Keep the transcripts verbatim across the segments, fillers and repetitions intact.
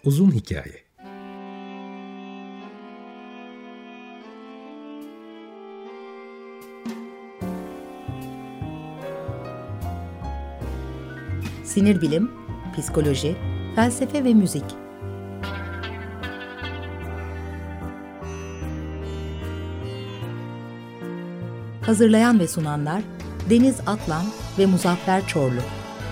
Uzun hikaye. Sinir bilim, psikoloji, felsefe ve müzik. Hazırlayan ve sunanlar Deniz Atlan ve Muzaffer Çorlu.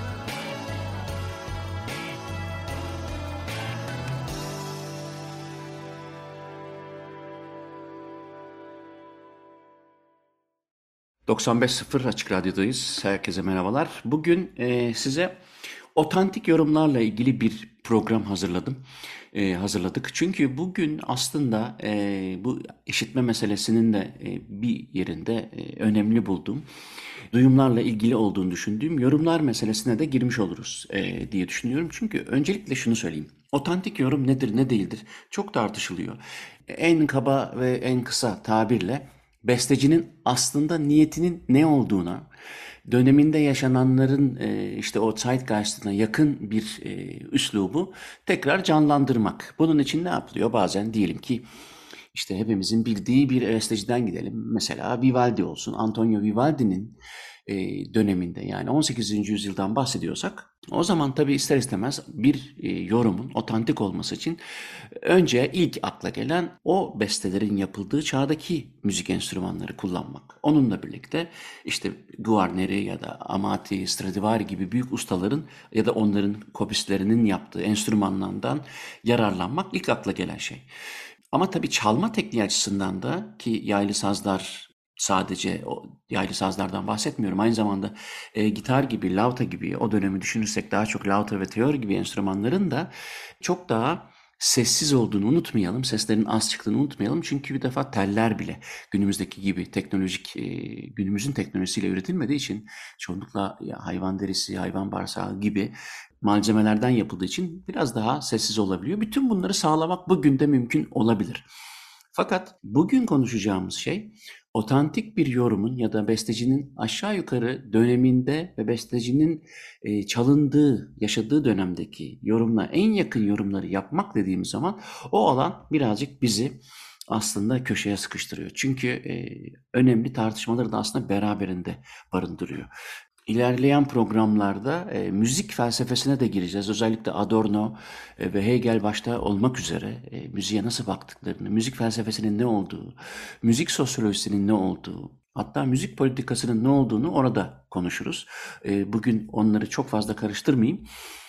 doksan beş nokta sıfır Açık Radyo'dayız. Herkese merhabalar. Bugün e, size otantik yorumlarla ilgili bir program hazırladım. E, hazırladık. Çünkü bugün aslında e, bu işitme meselesinin de e, bir yerinde e, önemli bulduğum, duyumlarla ilgili olduğunu düşündüğüm yorumlar meselesine de girmiş oluruz e, diye düşünüyorum. Çünkü öncelikle şunu söyleyeyim. Otantik yorum nedir, ne değildir? Çok tartışılıyor. En kaba ve en kısa tabirle bestecinin aslında niyetinin ne olduğuna, döneminde yaşananların e, işte o zeitgeist'ine yakın bir e, üslubu tekrar canlandırmak. Bunun için ne yapılıyor? Bazen diyelim ki işte hepimizin bildiği bir besteciden gidelim. Mesela Vivaldi olsun. Antonio Vivaldi'nin e, döneminde, yani on sekizinci yüzyıldan bahsediyorsak, o zaman tabii ister istemez bir e, yorumun otantik olması için önce ilk akla gelen o bestelerin yapıldığı çağdaki müzik enstrümanları kullanmak. Onunla birlikte işte Guarneri ya da Amati, Stradivari gibi büyük ustaların ya da onların kopistlerinin yaptığı enstrümanlardan yararlanmak ilk akla gelen şey. Ama tabii çalma tekniği açısından da, ki yaylı sazlar, sadece o yaylı sazlardan bahsetmiyorum. Aynı zamanda e, gitar gibi, lauta gibi, o dönemi düşünürsek daha çok lauta ve teor gibi enstrümanların da çok daha sessiz olduğunu unutmayalım. Seslerin az çıktığını unutmayalım. Çünkü bir defa teller bile günümüzdeki gibi teknolojik, e, günümüzün teknolojisiyle üretilmediği için, çoğunlukla ya hayvan derisi, hayvan bağırsağı gibi malzemelerden yapıldığı için biraz daha sessiz olabiliyor. Bütün bunları sağlamak bugün de mümkün olabilir. Fakat bugün konuşacağımız şey, otantik bir yorumun ya da bestecinin aşağı yukarı döneminde ve bestecinin e, çalındığı, yaşadığı dönemdeki yorumla en yakın yorumları yapmak dediğimiz zaman, o alan birazcık bizi aslında köşeye sıkıştırıyor. Çünkü e, önemli tartışmaları da aslında beraberinde barındırıyor. İlerleyen programlarda e, müzik felsefesine de gireceğiz. Özellikle Adorno e, ve Hegel başta olmak üzere e, müziğe nasıl baktıklarını, müzik felsefesinin ne olduğu, müzik sosyolojisinin ne olduğu, hatta müzik politikasının ne olduğunu orada konuşuruz. E, bugün onları çok fazla karıştırmayayım.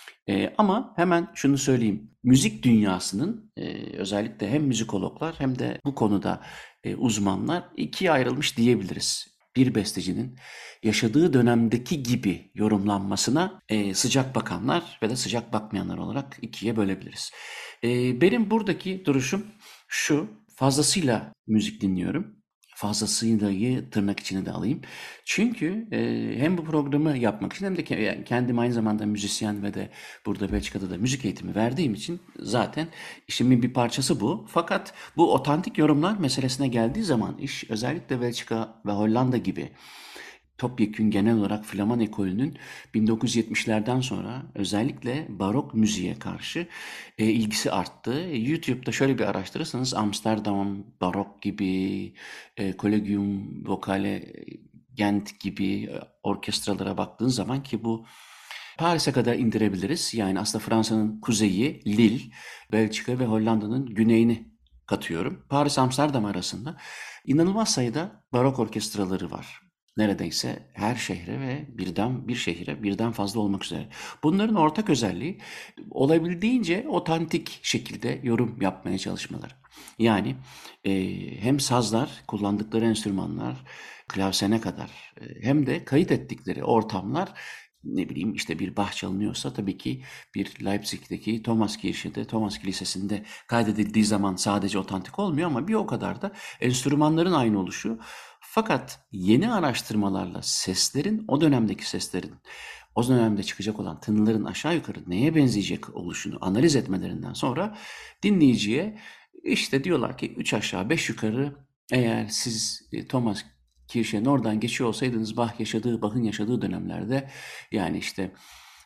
E, ama hemen şunu söyleyeyim. Müzik dünyasının e, özellikle hem müzikologlar hem de bu konuda e, uzmanlar ikiye ayrılmış diyebiliriz. Bir bestecinin yaşadığı dönemdeki gibi yorumlanmasına e, sıcak bakanlar ve de sıcak bakmayanlar olarak ikiye bölebiliriz. E, benim buradaki duruşum şu: fazlasıyla müzik dinliyorum. Fazlasıyla tırnak içine de alayım. Çünkü e, hem bu programı yapmak için hem de ke- yani kendim aynı zamanda müzisyen ve de burada Belçika'da da müzik eğitimi verdiğim için zaten işimin bir parçası bu. Fakat bu otantik yorumlar meselesine geldiği zaman iş, özellikle Belçika ve Hollanda gibi topyekün genel olarak Flaman ekolünün bin dokuz yüz yetmişlerden sonra özellikle barok müziğe karşı e, ilgisi arttı. E, YouTube'da şöyle bir araştırırsanız Amsterdam Barok gibi, e, Collegium Vocale Gent gibi e, orkestralara baktığın zaman, ki bu Paris'e kadar indirebiliriz. Yani aslında Fransa'nın kuzeyi Lille, Belçika ve Hollanda'nın güneyini katıyorum. Paris-Amsterdam arasında inanılmaz sayıda barok orkestraları var. Neredeyse her şehre ve birden bir şehire birden fazla olmak üzere. Bunların ortak özelliği, olabildiğince otantik şekilde yorum yapmaya çalışmaları. Yani e, hem sazlar, kullandıkları enstrümanlar, klavsene kadar, e, hem de kayıt ettikleri ortamlar, ne bileyim işte bir Bach çalınıyorsa tabii ki bir Leipzig'teki Thomas Kirche'de, Thomas Kilisesi'nde kaydedildiği zaman sadece otantik olmuyor, ama bir o kadar da enstrümanların aynı oluşu. Fakat yeni araştırmalarla seslerin, o dönemdeki seslerin, o dönemde çıkacak olan tınıların aşağı yukarı neye benzeyecek oluşunu analiz etmelerinden sonra dinleyiciye işte diyorlar ki üç aşağı beş yukarı, eğer siz e, Thomas Kirşe'nin oradan geçiyor olsaydınız, Bach yaşadığı, Bach'ın yaşadığı dönemlerde, yani işte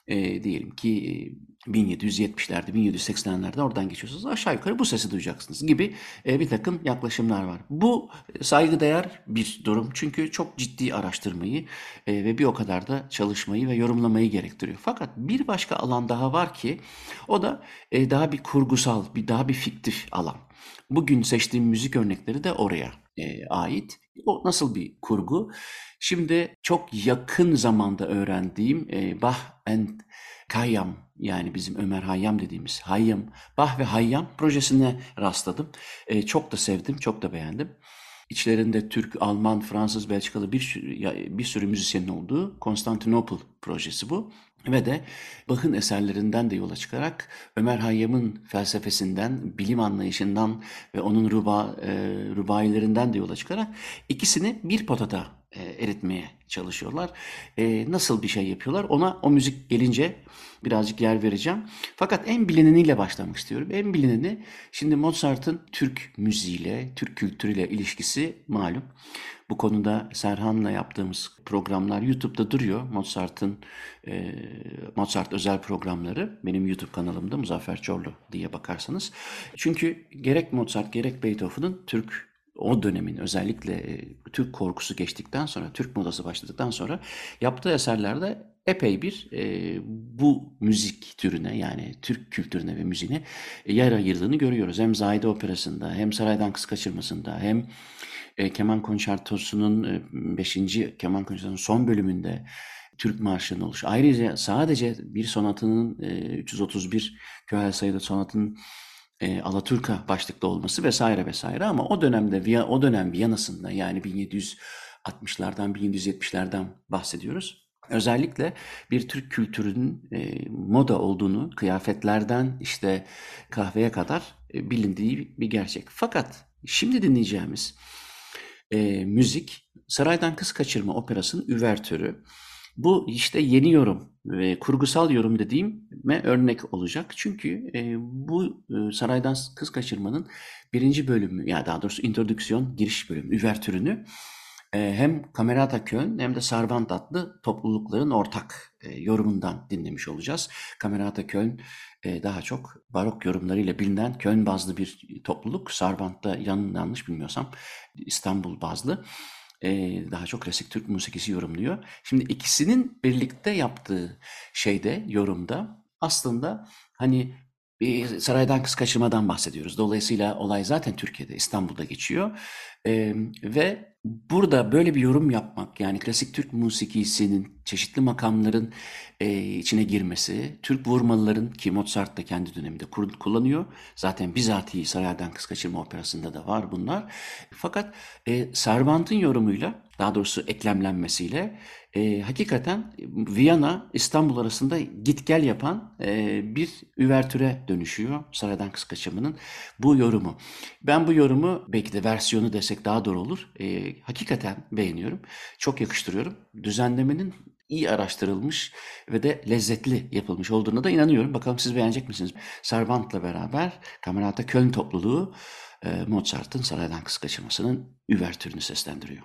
E, diyelim ki e, bin yedi yüz yetmişlerde, bin yedi yüz seksenlerde oradan geçiyorsunuz. Aşağı yukarı bu sesi duyacaksınız gibi e, bir takım yaklaşımlar var. Bu e, saygıdeğer bir durum. Çünkü çok ciddi araştırmayı e, ve bir o kadar da çalışmayı ve yorumlamayı gerektiriyor. Fakat bir başka alan daha var ki o da e, daha bir kurgusal, bir daha bir fiktif alan. Bugün seçtiğim müzik örnekleri de oraya e, ait. O nasıl bir kurgu? Şimdi çok yakın zamanda öğrendiğim e, Bach and Khayyam, yani bizim Ömer Hayyam dediğimiz Hayyam, Bach ve Hayyam projesine rastladım. E, çok da sevdim, çok da beğendim. İçlerinde Türk, Alman, Fransız, Belçikalı bir sürü, ya- bir sürü müzisyenin olduğu Konstantinopol projesi bu. Ve de Bach'ın eserlerinden de yola çıkarak Ömer Hayyam'ın felsefesinden, bilim anlayışından ve onun ruba, e, rubailerinden de yola çıkarak ikisini bir potada e, eritmeye çalışıyorlar. E, nasıl bir şey yapıyorlar? Ona o müzik gelince birazcık yer vereceğim. Fakat en bilineniyle başlamak istiyorum. En bilineni, şimdi Mozart'ın Türk müziğiyle, Türk kültürüyle ilişkisi malum. Bu konuda Serhan'la yaptığımız programlar YouTube'da duruyor. Mozart'ın e, Mozart özel programları benim YouTube kanalımda Muzaffer Çorlu diye bakarsanız. Çünkü gerek Mozart gerek Beethoven'ın Türk, o dönemin özellikle e, Türk korkusu geçtikten sonra, Türk modası başladıktan sonra yaptığı eserlerde epey bir e, bu müzik türüne, yani Türk kültürüne ve müziğine e, yer ayırdığını görüyoruz. Hem Zahide Operası'nda, hem Saraydan Kız Kaçırması'nda, hem e, Keman Konçertosu'nun e, beşinci. Keman Konçertosu'nun son bölümünde Türk Marşı'nın oluşu. Ayrıca sadece bir sonatının e, üç yüz otuz bir köhel sayılı sonatının e, Alaturka başlıklı olması vesaire vesaire, ama o dönemde Viya- o dönem Viyana'sında, yani bin yedi yüz altmışlardan bin yedi yüz yetmişlerden bahsediyoruz. Özellikle bir Türk kültürünün e, moda olduğunu, kıyafetlerden işte kahveye kadar e, bilindiği bir gerçek. Fakat şimdi dinleyeceğimiz e, müzik Saraydan Kız Kaçırma Operası'nın üvertürü. Bu işte yeni yorum ve kurgusal yorum dediğime örnek olacak. Çünkü e, bu e, Saraydan Kız Kaçırma'nın birinci bölümü, ya daha doğrusu introdüksiyon, giriş bölümü, üvertürünü e, hem Camerata Köln hem de Sarvant adlı toplulukların ortak e, yorumundan dinlemiş olacağız. Camerata Köln e, daha çok barok yorumlarıyla bilinen Köln bazlı bir topluluk. Sarvant da yan, yanlış bilmiyorsam İstanbul bazlı. E, daha çok klasik Türk musikisi yorumluyor. Şimdi ikisinin birlikte yaptığı şeyde, yorumda aslında hani bir Saraydan Kız Kaçırmadan bahsediyoruz. Dolayısıyla olay zaten Türkiye'de, İstanbul'da geçiyor. E, ve burada böyle bir yorum yapmak, yani klasik Türk musikisinin çeşitli makamların e, içine girmesi, Türk vurmalıların, ki Mozart da kendi döneminde kur- kullanıyor. Zaten bizatihi Saraydan Kız Kaçırma Operası'nda da var bunlar. Fakat e, Servant'ın yorumuyla, daha doğrusu eklemlenmesiyle e, hakikaten Viyana İstanbul arasında git gel yapan e, bir üvertüre dönüşüyor Saraydan Kız Kaçırma'nın bu yorumu. Ben bu yorumu, belki de versiyonu desek daha doğru olur, e, hakikaten beğeniyorum. Çok yakıştırıyorum. Düzenlemenin iyi araştırılmış ve de lezzetli yapılmış olduğuna da inanıyorum. Bakalım siz beğenecek misiniz? Servant'la beraber Camerata Köln topluluğu e, Mozart'ın Saraydan Kız Kaçırması'nın üvertürünü seslendiriyor.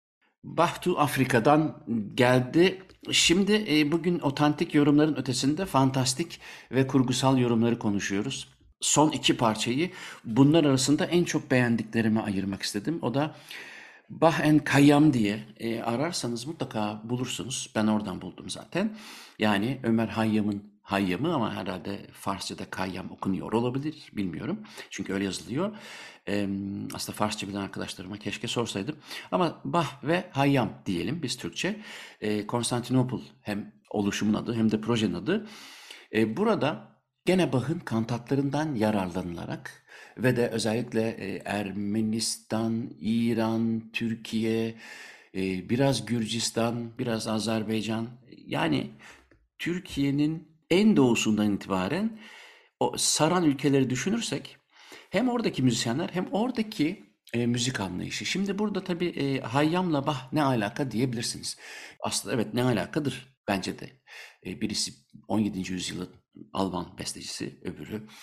Bahtu Afrika'dan geldi. Şimdi e, bugün otantik yorumların ötesinde fantastik ve kurgusal yorumları konuşuyoruz. Son iki parçayı bunlar arasında en çok beğendiklerime ayırmak istedim. O da Bah en Kayyam diye e, ararsanız mutlaka bulursunuz. Ben oradan buldum zaten. Yani Ömer Hayyam'ın Hayyam'ı, ama herhalde Farsça'da Kayyam okunuyor olabilir, bilmiyorum. Çünkü öyle yazılıyor. E, aslında Farsça bilen arkadaşlarıma keşke sorsaydım. Ama Bah ve Hayyam diyelim biz Türkçe. E, Konstantinopol hem oluşumun adı hem de projenin adı. E, burada gene Bach'ın kantatlarından yararlanılarak ve de özellikle e, Ermenistan, İran, Türkiye, e, biraz Gürcistan, biraz Azerbaycan, yani Türkiye'nin en doğusundan itibaren o saran ülkeleri düşünürsek, hem oradaki müzisyenler hem oradaki e, müzik anlayışı. Şimdi burada tabii e, Hayyam'la Bach ne alaka diyebilirsiniz. Aslında evet, ne alakadır bence de. E, birisi on yedinci yüzyılın Alman bestecisi, öbürü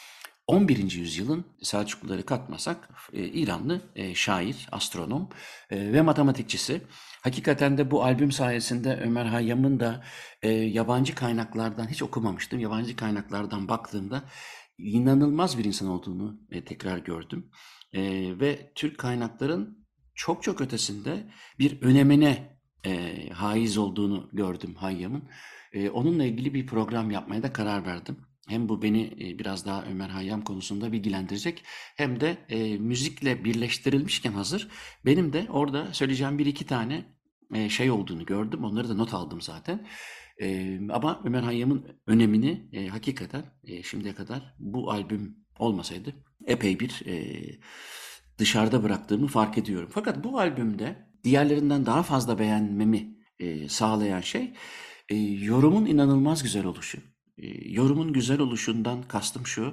on birinci yüzyılın Selçukluları katmasak e, İranlı e, şair, astronom e, ve matematikçisi. Hakikaten de bu albüm sayesinde Ömer Hayyam'ın da e, yabancı kaynaklardan hiç okumamıştım. Yabancı kaynaklardan baktığımda inanılmaz bir insan olduğunu e, tekrar gördüm. E, ve Türk kaynakların çok çok ötesinde bir önemine e, haiz olduğunu gördüm Hayyam'ın. E, onunla ilgili bir program yapmaya da karar verdim. Hem bu beni e, biraz daha Ömer Hayyam konusunda bilgilendirecek hem de e, müzikle birleştirilmişken hazır benim de orada söyleyeceğim bir iki tane e, şey olduğunu gördüm. Onları da not aldım zaten. E, ama Ömer Hayyam'ın önemini e, hakikaten e, şimdiye kadar bu albüm olmasaydı epey bir e, dışarıda bıraktığımı fark ediyorum. Fakat bu albümde diğerlerinden daha fazla beğenmemi e, sağlayan şey e, yorumun inanılmaz güzel oluşu. E, yorumun güzel oluşundan kastım şu,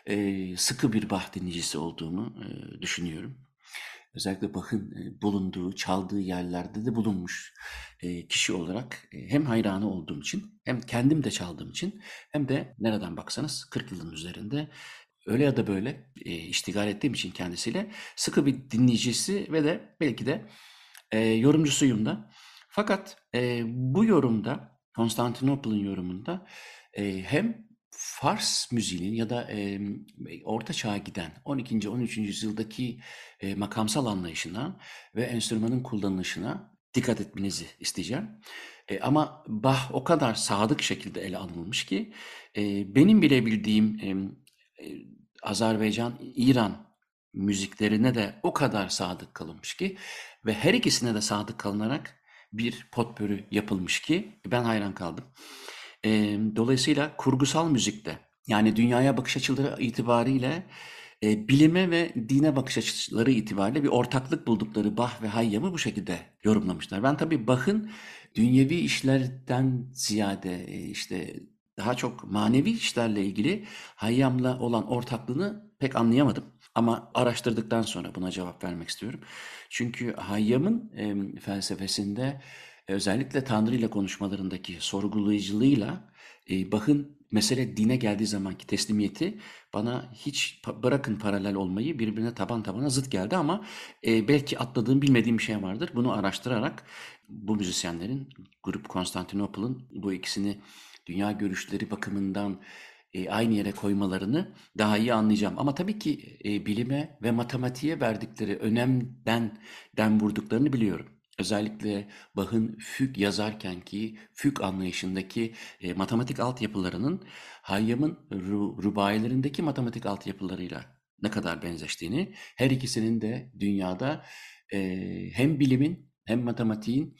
e, sıkı bir Bach dinleyicisi olduğumu e, düşünüyorum. Özellikle Bach'ın e, bulunduğu, çaldığı yerlerde de bulunmuş e, kişi olarak e, hem hayranı olduğum için hem kendim de çaldığım için hem de nereden baksanız kırk yılın üzerinde öyle ya da böyle e, iştigal ettiğim için kendisiyle sıkı bir dinleyicisi ve de belki de e, yorumcusuyum da. Fakat e, bu yorumda, Konstantinopol'un yorumunda e, hem Fars müziğinin ya da e, Orta Çağ'a giden on ikinci. on üçüncü yüzyıldaki e, makamsal anlayışına ve enstrümanın kullanılışına dikkat etmenizi isteyeceğim. E, ama Bach o kadar sadık şekilde ele alınmış ki e, benim bile bildiğim e, e, Azerbaycan, İran müziklerine de o kadar sadık kalınmış ki ve her ikisine de sadık kalınarak bir potpürü yapılmış ki ben hayran kaldım. E, dolayısıyla kurgusal müzikte yani dünyaya bakış açıları itibariyle e, bilime ve dine bakış açıları itibariyle bir ortaklık buldukları Bach ve Hayyam'ı bu şekilde yorumlamışlar. Ben tabii Bach'ın dünyevi işlerden ziyade e, işte daha çok manevi işlerle ilgili Hayyam'la olan ortaklığını pek anlayamadım. Ama araştırdıktan sonra buna cevap vermek istiyorum. Çünkü Hayyam'ın e, felsefesinde özellikle Tanrı ile konuşmalarındaki sorgulayıcılığıyla e, Bach'ın mesele dine geldiği zamanki teslimiyeti bana hiç pa- bırakın paralel olmayı birbirine taban tabana zıt geldi ama e, belki atladığım bilmediğim bir şey vardır. Bunu araştırarak bu müzisyenlerin grup Konstantinopol'un bu ikisini dünya görüşleri bakımından e, aynı yere koymalarını daha iyi anlayacağım. Ama tabii ki e, bilime ve matematiğe verdikleri önemden dem vurduklarını biliyorum. Özellikle Bach'ın füg yazarken ki füg anlayışındaki e, matematik altyapılarının Hayyam'ın ru, rubailerindeki matematik altyapılarıyla ne kadar benzeştiğini, her ikisinin de dünyada e, hem bilimin hem matematiğin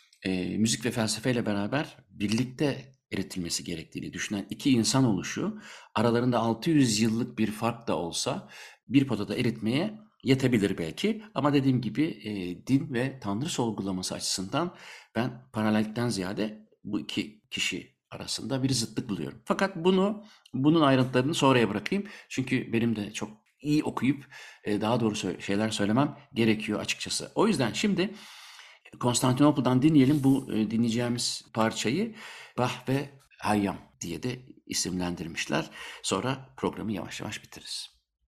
e, müzik ve felsefeyle beraber birlikte eritilmesi gerektiğini düşünen iki insan oluşu aralarında altı yüz yıllık bir fark da olsa bir potada eritmeye yetebilir belki. Ama dediğim gibi e, din ve tanrı sorgulaması açısından ben paralellikten ziyade bu iki kişi arasında bir zıtlık buluyorum. Fakat bunu bunun ayrıntılarını sonraya bırakayım. Çünkü benim de çok iyi okuyup e, daha doğru sö- şeyler söylemem gerekiyor açıkçası. O yüzden şimdi Konstantinopol'dan dinleyelim bu e, dinleyeceğimiz parçayı Bach ve Hayyam diye de isimlendirmişler. Sonra programı yavaş yavaş bitiririz.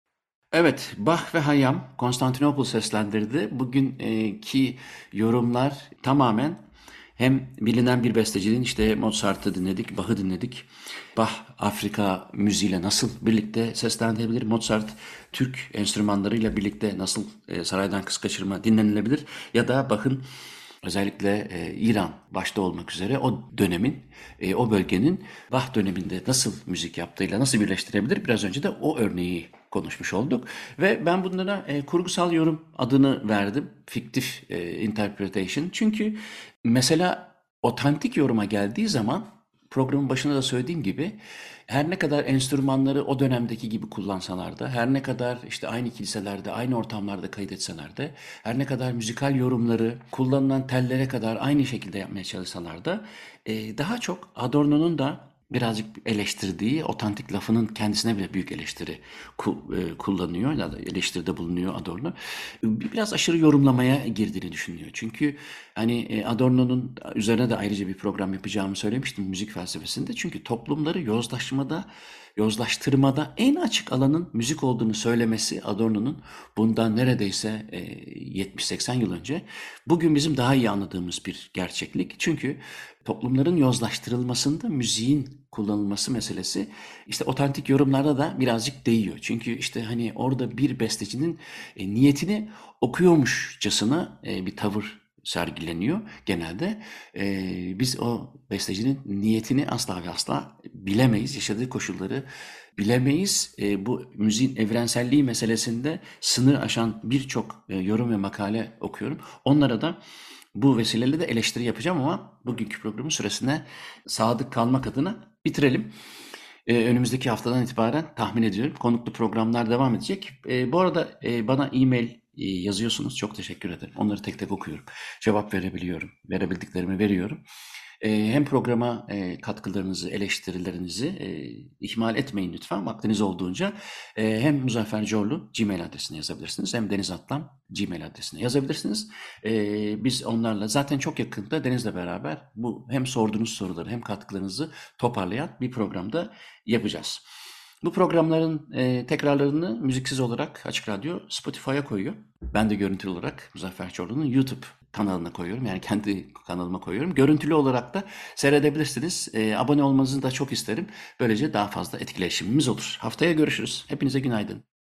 Evet, Bach ve Hayyam Konstantinopol seslendirdi. Bugünkü yorumlar tamamen hem bilinen bir bestecinin işte Mozart'ı dinledik, Bach'ı dinledik. Bach Afrika müziğiyle nasıl birlikte seslendirilebilir? Mozart Türk enstrümanlarıyla birlikte nasıl e, Saraydan Kız Kaçırma dinlenilebilir? Ya da Bach'ın özellikle e, İran başta olmak üzere o dönemin, e, o bölgenin Bach döneminde nasıl müzik yaptığıyla nasıl birleştirebilir? Biraz önce de o örneği konuşmuş olduk. Ve ben bunlara e, kurgusal yorum adını verdim. Fictive e, interpretation. Çünkü mesela otantik yoruma geldiği zaman programın başında da söylediğim gibi her ne kadar enstrümanları o dönemdeki gibi kullansalar da, her ne kadar işte aynı kiliselerde, aynı ortamlarda kaydetseler de, her ne kadar müzikal yorumları kullanılan tellere kadar aynı şekilde yapmaya çalışsalar da e, daha çok Adorno'nun da birazcık eleştirdiği otantik lafının kendisine bile büyük eleştiri ku- e, kullanıyor ya da eleştiride bulunuyor Adorno. Biraz aşırı yorumlamaya girdiğini düşünüyor. Çünkü hani e, Adorno'nun üzerine de ayrıca bir program yapacağımı söylemiştim müzik felsefesinde. Çünkü toplumları yozlaşmada yozlaştırmada en açık alanın müzik olduğunu söylemesi Adorno'nun bundan neredeyse e, yetmiş seksen yıl önce, bugün bizim daha iyi anladığımız bir gerçeklik. Çünkü toplumların yozlaştırılmasında müziğin kullanılması meselesi işte otantik yorumlarda da birazcık değiyor. Çünkü işte hani orada bir bestecinin e, niyetini okuyormuşçasına e, bir tavır sergileniyor genelde. E, biz o bestecinin niyetini asla ve asla bilemeyiz. Yaşadığı koşulları bilemeyiz. E, bu müziğin evrenselliği meselesinde sınır aşan birçok e, yorum ve makale okuyorum. Onlara da bu vesileyle de eleştiri yapacağım ama bugünkü programın süresine sadık kalmak adına bitirelim. Ee, önümüzdeki haftadan itibaren tahmin ediyorum konuklu programlar devam edecek. Ee, bu arada e, bana e-mail e, yazıyorsunuz. Çok teşekkür ederim. Onları tek tek okuyorum. Cevap verebiliyorum. Verebildiklerimi veriyorum. Ee, hem programa e, katkılarınızı, eleştirilerinizi e, ihmal etmeyin lütfen. Vaktiniz olduğunca e, hem Muzaffer Corlu Gmail adresine yazabilirsiniz, hem Deniz Atlam Gmail adresine yazabilirsiniz. E, biz onlarla zaten çok yakında Deniz'le beraber bu hem sorduğunuz soruları hem katkılarınızı toparlayan bir programda yapacağız. Bu programların e, tekrarlarını müziksiz olarak Açık Radyo Spotify'a koyuyor. Ben de görüntülü olarak Muzaffer Çorlu'nun YouTube kanalına koyuyorum. Yani kendi kanalıma koyuyorum. Görüntülü olarak da seyredebilirsiniz. E, abone olmanızı da çok isterim. Böylece daha fazla etkileşimimiz olur. Haftaya görüşürüz. Hepinize günaydın.